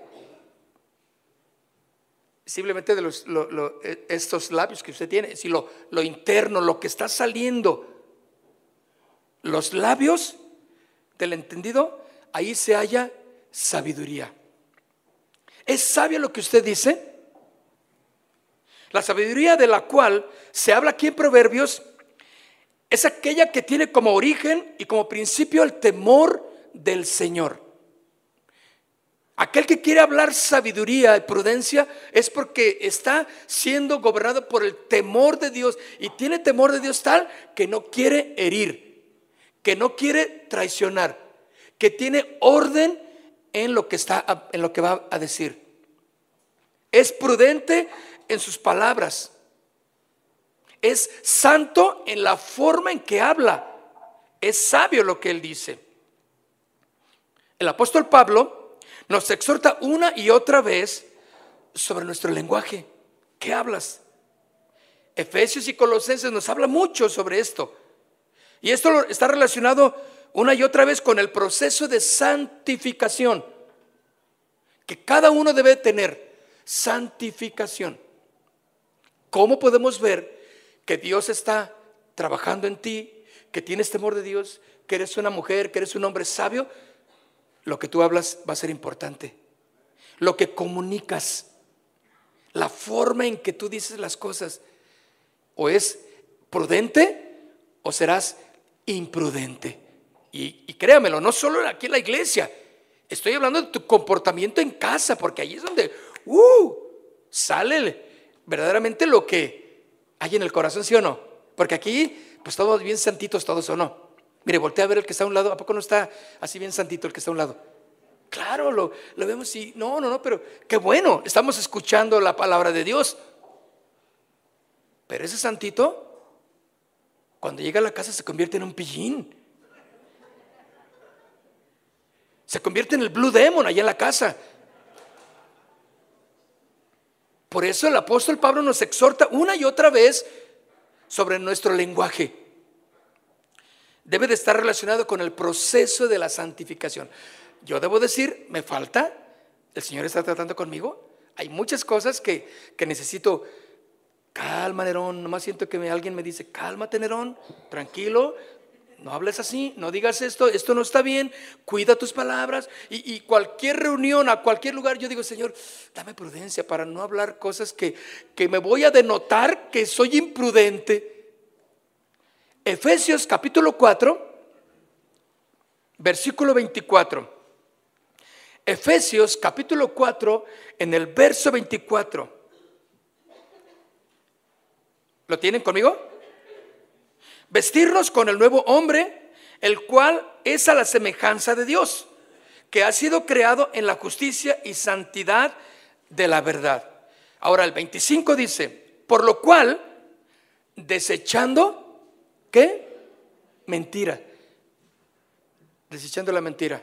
simplemente de estos labios que usted tiene, sino lo interno, lo que está saliendo. Los labios del entendido, ahí se halla sabiduría. ¿Es sabio lo que usted dice? La sabiduría de la cual se habla aquí en Proverbios es aquella que tiene como origen y como principio el temor del Señor. Aquel que quiere hablar sabiduría y prudencia es porque está siendo gobernado por el temor de Dios, y tiene temor de Dios tal que no quiere herir, que no quiere traicionar, que tiene orden en lo que va a decir. Es prudente en sus palabras. Es santo en la forma en que habla. Es sabio lo que él dice. El apóstol Pablo nos exhorta una y otra vez sobre nuestro lenguaje. ¿Qué hablas? Efesios y Colosenses nos habla mucho sobre esto. Y esto está relacionado una y otra vez con el proceso de santificación que cada uno debe tener. Santificación. ¿Cómo podemos ver que Dios está trabajando en ti, que tienes temor de Dios, que eres una mujer, que eres un hombre sabio? Lo que tú hablas va a ser importante. lo que comunicas, la forma en que tú dices las cosas, o es prudente o serás imprudente. Y créamelo, no solo aquí en la iglesia, estoy hablando de tu comportamiento en casa, porque ahí es donde sale verdaderamente lo que hay en el corazón, ¿sí o no? Porque aquí pues todos bien santitos todos, ¿o no? Mire, voltea a ver el que está a un lado. ¿A poco no está así bien santito el que está a un lado? Claro, lo vemos y no, pero qué bueno, estamos escuchando la palabra de Dios. Pero ese santito, cuando llega a la casa se convierte en un pillín. Se convierte en el Blue Demon allá en la casa. Por eso el apóstol Pablo nos exhorta una y otra vez sobre nuestro lenguaje. Debe de estar relacionado con el proceso de la santificación. Yo debo decir, me falta, el Señor está tratando conmigo. Hay muchas cosas que necesito. Calma, Nerón, nomás siento que alguien me dice, cálmate, Nerón, tranquilo, no hables así, no digas esto no está bien, cuida tus palabras. Y cualquier reunión, a cualquier lugar, yo digo, Señor, dame prudencia para no hablar cosas que me voy a denotar que soy imprudente. Efesios capítulo 4, versículo 24. Efesios capítulo 4, en el verso 24. ¿Lo tienen conmigo? Vestirnos con el nuevo hombre, el cual es a la semejanza de Dios, que ha sido creado en la justicia y santidad de la verdad. Ahora el 25 dice, por lo cual, desechando, ¿qué? Mentira. Desechando la mentira.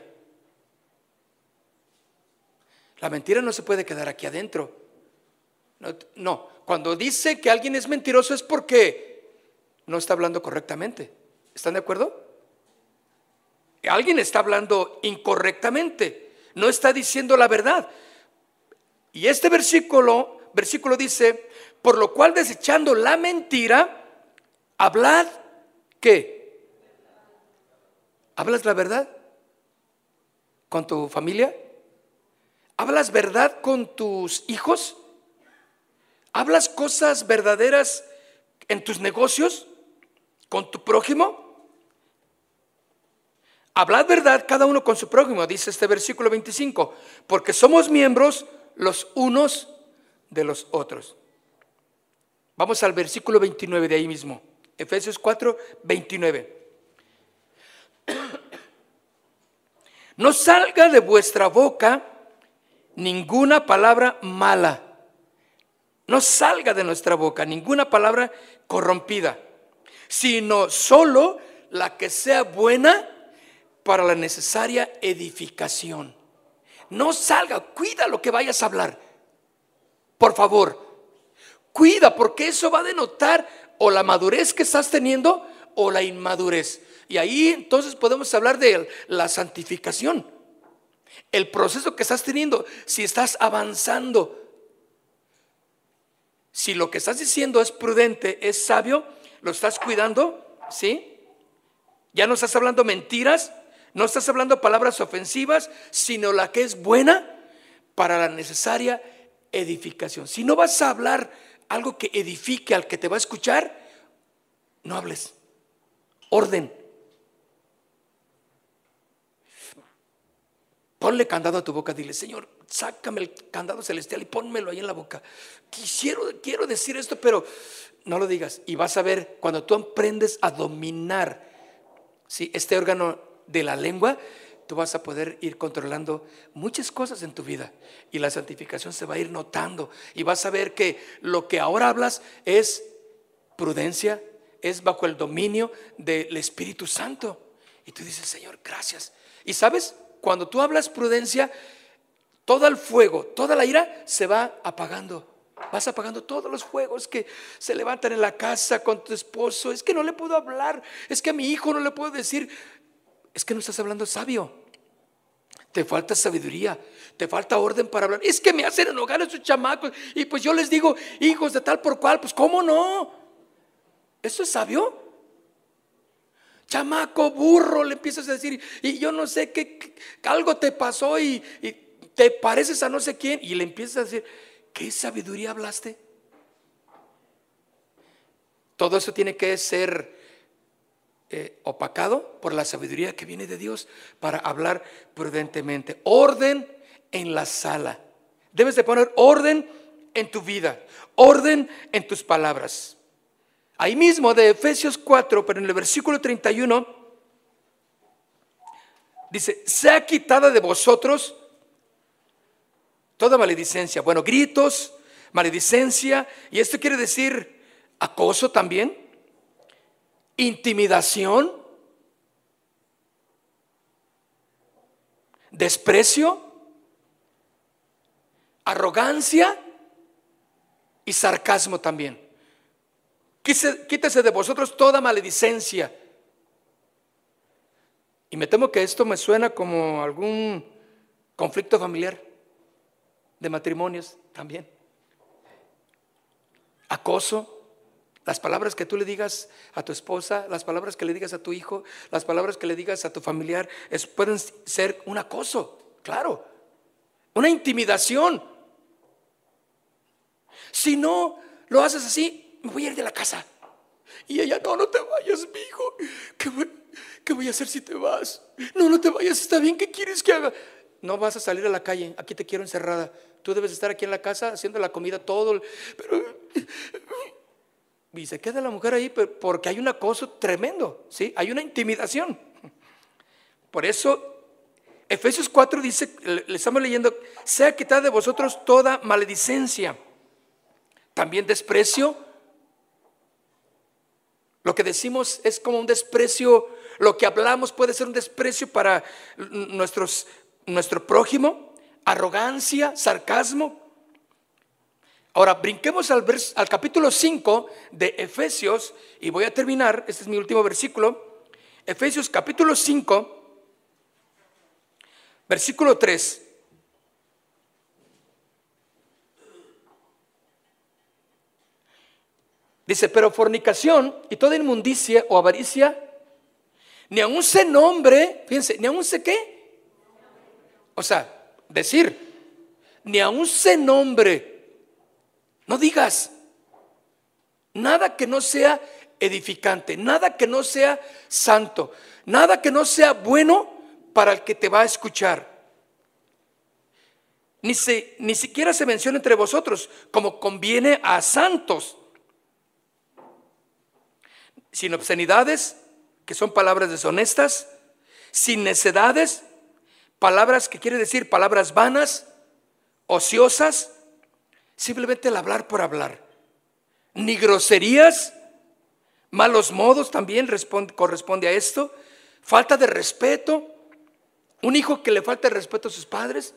La mentira no se puede quedar aquí adentro. No, cuando dice que alguien es mentiroso es porque no está hablando correctamente. ¿Están de acuerdo? Alguien está hablando incorrectamente, no está diciendo la verdad. Y este versículo dice, por lo cual desechando la mentira, hablad, ¿qué? ¿Hablas la verdad con tu familia? ¿Hablas verdad con tus hijos? ¿Hablas cosas verdaderas en tus negocios? ¿Con tu prójimo? Hablad verdad cada uno con su prójimo, dice este versículo 25, porque somos miembros los unos de los otros. Vamos al versículo 29 de ahí mismo, Efesios 4, 29. No salga de vuestra boca ninguna palabra mala. No salga de nuestra boca ninguna palabra corrompida, sino solo la que sea buena para la necesaria edificación. No salga, cuida lo que vayas a hablar. Por favor, cuida, porque eso va a denotar o la madurez que estás teniendo o la inmadurez. Y ahí entonces podemos hablar de la santificación, el proceso que estás teniendo, si estás avanzando. Si lo que estás diciendo es prudente, es sabio, lo estás cuidando, ¿sí? Ya no estás hablando mentiras, no estás hablando palabras ofensivas, sino la que es buena para la necesaria edificación. Si no vas a hablar algo que edifique al que te va a escuchar, no hables. Orden. Ponle candado a tu boca, dile, Señor, sácame el candado celestial y pónmelo ahí en la boca. Quiero decir esto, pero no lo digas. Y vas a ver, cuando tú aprendes a dominar, ¿sí?, este órgano de la lengua, tú vas a poder ir controlando muchas cosas en tu vida. Y la santificación se va a ir notando. Y vas a ver que lo que ahora hablas es prudencia, es bajo el dominio del Espíritu Santo. Y tú dices, Señor, gracias. Y sabes, cuando tú hablas prudencia, todo el fuego, toda la ira se va apagando. Vas apagando todos los fuegos que se levantan en la casa con tu esposo. Es que no le puedo hablar, es que a mi hijo no le puedo decir. Es que no estás hablando sabio. Te falta sabiduría, te falta orden para hablar. Es que me hacen enojar a esos chamacos y pues yo les digo, hijos de tal por cual. Pues ¿cómo no? ¿Eso es sabio? Chamaco, burro, le empiezas a decir, y yo no sé qué algo te pasó y te pareces a no sé quién, y le empiezas a decir, ¿qué sabiduría hablaste? Todo eso tiene que ser opacado por la sabiduría que viene de Dios para hablar prudentemente. Orden en la sala. Debes de poner orden en tu vida, orden en tus palabras. Ahí mismo de Efesios 4, pero en el versículo 31, dice, sea quitada de vosotros toda maledicencia. Bueno, gritos, maledicencia, y esto quiere decir acoso también, intimidación, desprecio, arrogancia y sarcasmo también. Quítese de vosotros toda maledicencia. Y me temo que esto me suena como algún conflicto familiar, de matrimonios también. Acoso. Las palabras que tú le digas a tu esposa, las palabras que le digas a tu hijo, las palabras que le digas a tu familiar, pueden ser un acoso, claro, una intimidación. Si no lo haces así, me voy a ir de la casa. Y ella, no te vayas, mi hijo. ¿Qué voy a hacer si te vas? No te vayas, está bien, ¿qué quieres que haga? No vas a salir a la calle, aquí te quiero encerrada. Tú debes estar aquí en la casa haciendo la comida todo. Y se queda la mujer ahí porque hay un acoso tremendo, ¿sí? Hay una intimidación. Por eso Efesios 4 dice, le estamos leyendo, sea quitada de vosotros toda maledicencia, también desprecio. Lo que decimos es como un desprecio, lo que hablamos puede ser un desprecio para nuestro prójimo, arrogancia, sarcasmo. Ahora brinquemos al capítulo 5 de Efesios, y voy a terminar, este es mi último versículo. Efesios capítulo 5, versículo 3. Dice, pero fornicación y toda inmundicia o avaricia, ni aun se nombre, fíjense, ni aun se qué. O sea, decir, ni aun se nombre. No digas nada que no sea edificante, nada que no sea santo, nada que no sea bueno para el que te va a escuchar. Ni siquiera se menciona entre vosotros como conviene a santos, sin obscenidades, que son palabras deshonestas, sin necedades, palabras que quiere decir palabras vanas, ociosas, simplemente el hablar por hablar, ni groserías, malos modos también corresponde a esto, falta de respeto, un hijo que le falta el respeto a sus padres.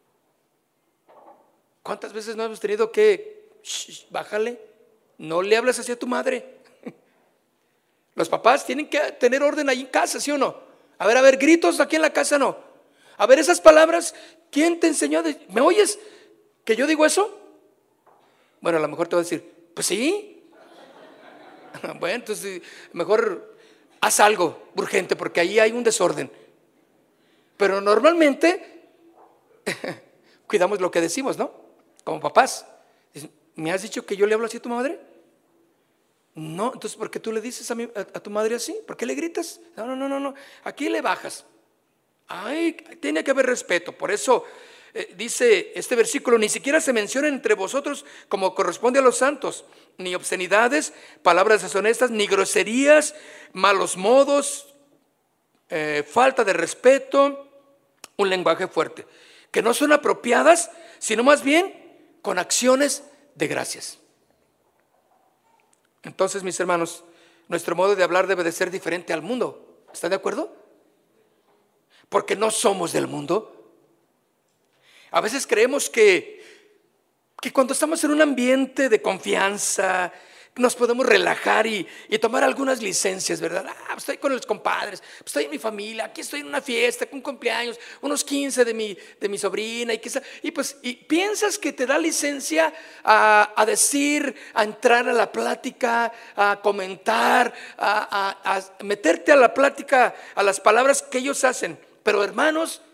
¿Cuántas veces no hemos tenido que, bájale, no le hablas así a tu madre? Los papás tienen que tener orden ahí en casa, ¿sí o no? A ver, gritos aquí en la casa, no. A ver, esas palabras, ¿quién te enseñó? ¿Me oyes que yo digo eso? Bueno, a lo mejor te voy a decir, pues sí. Bueno, entonces mejor haz algo urgente porque ahí hay un desorden. Pero normalmente cuidamos lo que decimos, ¿no? Como papás. ¿Me has dicho que yo le hablo así a tu madre? No, entonces ¿por qué tú le dices a tu madre así? ¿Por qué le gritas? No, aquí le bajas. Ay, tiene que haber respeto. Por eso dice este versículo, ni siquiera se menciona entre vosotros como corresponde a los santos, ni obscenidades, palabras deshonestas, ni groserías, malos modos, falta de respeto, un lenguaje fuerte, que no son apropiadas, sino más bien con acciones de gracias. Entonces, mis hermanos, nuestro modo de hablar debe de ser diferente al mundo. ¿Están de acuerdo? Porque no somos del mundo. A veces creemos que cuando estamos en un ambiente de confianza, nos podemos relajar y tomar algunas licencias, ¿verdad? Estoy con los compadres, estoy en mi familia, aquí estoy en una fiesta, con un cumpleaños, unos 15 de mi sobrina, y piensas que te da licencia a decir, a entrar a la plática, a comentar, a meterte a la plática, a las palabras que ellos hacen. Pero hermanos,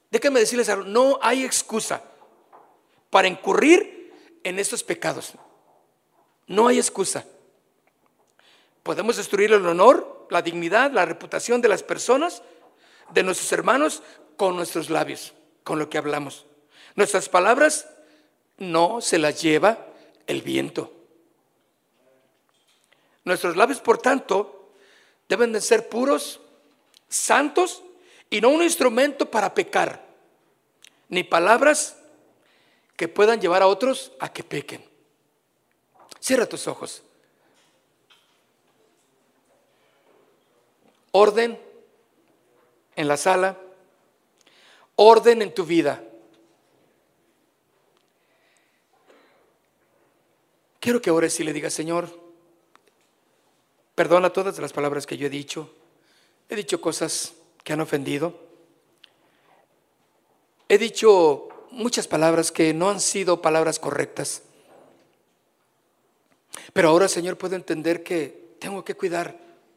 Déjenme decirles algo, no hay excusa para incurrir en estos pecados. No hay excusa. Podemos destruir el honor, la dignidad, la reputación de las personas, de nuestros hermanos, con nuestros labios, con lo que hablamos. Nuestras palabras no se las lleva el viento. Nuestros labios, por tanto, deben de ser puros, santos, y no un instrumento para pecar, ni palabras que puedan llevar a otros a que pequen. Cierra tus ojos. Orden en la sala, orden en tu vida. Quiero que ores y le digas: Señor, perdona todas las palabras que yo he dicho. He dicho cosas que han ofendido. He dicho muchas palabras que no han sido palabras correctas. Pero ahora, Señor, puedo entender que tengo que cuidar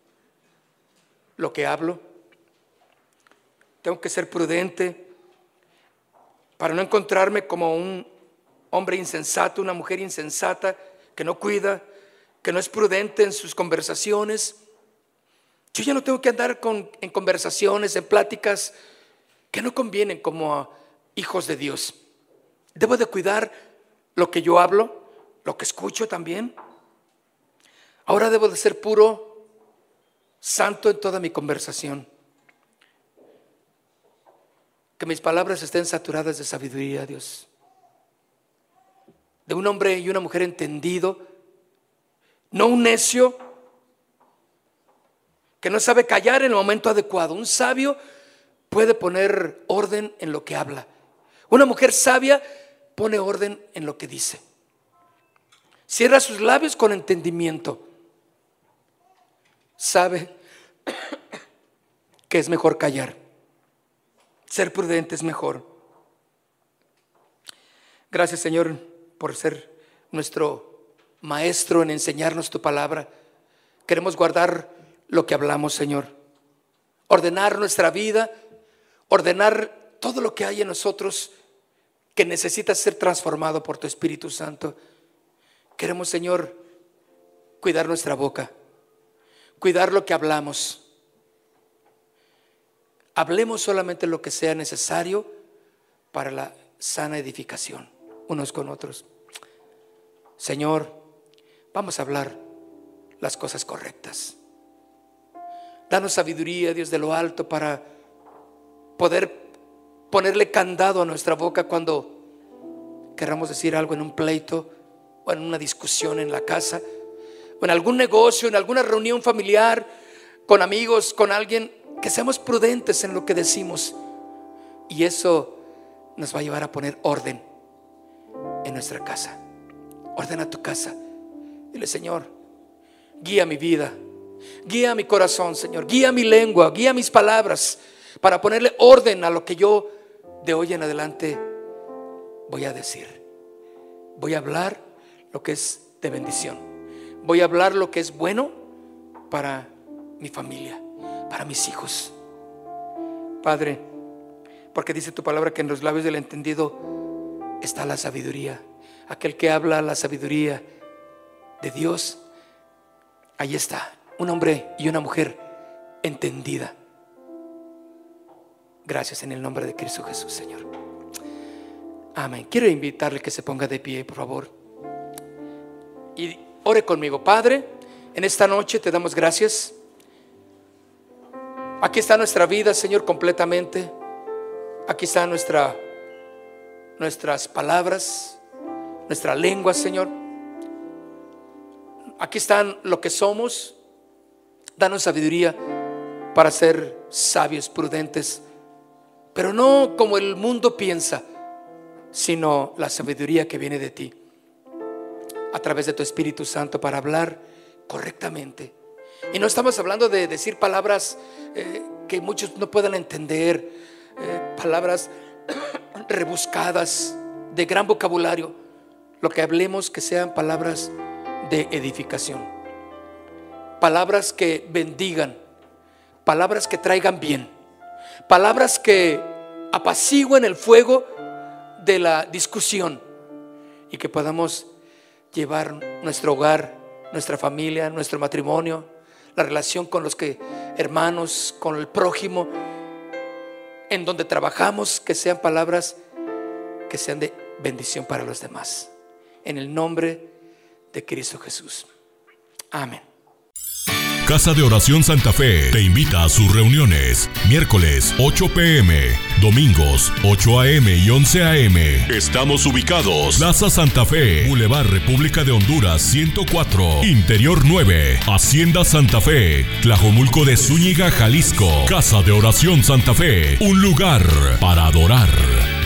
lo que hablo. Tengo que ser prudente para no encontrarme como un hombre insensato, una mujer insensata que no cuida, que no es prudente en sus conversaciones. Yo ya no tengo que andar en conversaciones, en pláticas que no convienen como a hijos de Dios. Debo de cuidar lo que yo hablo, lo que escucho también. Ahora debo de ser puro, santo en toda mi conversación. Que mis palabras estén saturadas de sabiduría, Dios. De un hombre y una mujer entendido, no un necio que no sabe callar en el momento adecuado. Un sabio puede poner orden en lo que habla. Una mujer sabia pone orden en lo que dice. Cierra sus labios con entendimiento. Sabe que es mejor callar. Ser prudente es mejor. Gracias, Señor, por ser nuestro maestro en enseñarnos tu palabra. Queremos guardar lo que hablamos, Señor. Ordenar nuestra vida, ordenar todo lo que hay en nosotros que necesita ser transformado por tu Espíritu Santo. Queremos, Señor, cuidar nuestra boca, cuidar lo que hablamos. Hablemos solamente lo que sea necesario para la sana edificación unos con otros. Señor, vamos a hablar las cosas correctas. Danos sabiduría, Dios de lo alto, para poder ponerle candado a nuestra boca cuando queramos decir algo en un pleito o en una discusión en la casa o en algún negocio, en alguna reunión familiar, con amigos, con alguien. Que seamos prudentes en lo que decimos, y eso nos va a llevar a poner orden en nuestra casa. Ordena tu casa. Dile: Señor, guía mi vida, guía mi corazón, Señor, guía mi lengua, guía mis palabras, para ponerle orden a lo que yo de hoy en adelante voy a decir. Voy a hablar lo que es de bendición. Voy a hablar lo que es bueno para mi familia, para mis hijos. Padre, porque dice tu palabra que en los labios del entendido está la sabiduría. Aquel que habla la sabiduría de Dios, ahí está, un hombre y una mujer entendida. Gracias en el nombre de Cristo Jesús, Señor. Amén. Quiero invitarle que se ponga de pie, por favor, y ore conmigo. Padre, en esta noche te damos gracias. Aquí está nuestra vida, Señor, completamente. Aquí están nuestras palabras, nuestra lengua, Señor. Aquí están lo que somos. Danos sabiduría para ser sabios, prudentes, pero no como el mundo piensa, sino la sabiduría que viene de ti, a través de tu Espíritu Santo, para hablar correctamente. Y no estamos hablando de decir palabras que muchos no puedan entender, palabras rebuscadas, de gran vocabulario. Lo que hablemos, que sean palabras de edificación, palabras que bendigan, palabras que traigan bien, palabras que apaciguen el fuego de la discusión y que podamos llevar nuestro hogar, nuestra familia, nuestro matrimonio, la relación con los hermanos, con el prójimo, en donde trabajamos, que sean palabras que sean de bendición para los demás. En el nombre de Cristo Jesús. Amén. Casa de Oración Santa Fe te invita a sus reuniones. Miércoles 8 p.m, domingos 8 a.m. y 11 a.m. Estamos ubicados: Plaza Santa Fe, Boulevard República de Honduras 104, Interior 9, Hacienda Santa Fe, Tlajomulco de Zúñiga, Jalisco. Casa de Oración Santa Fe, un lugar para adorar.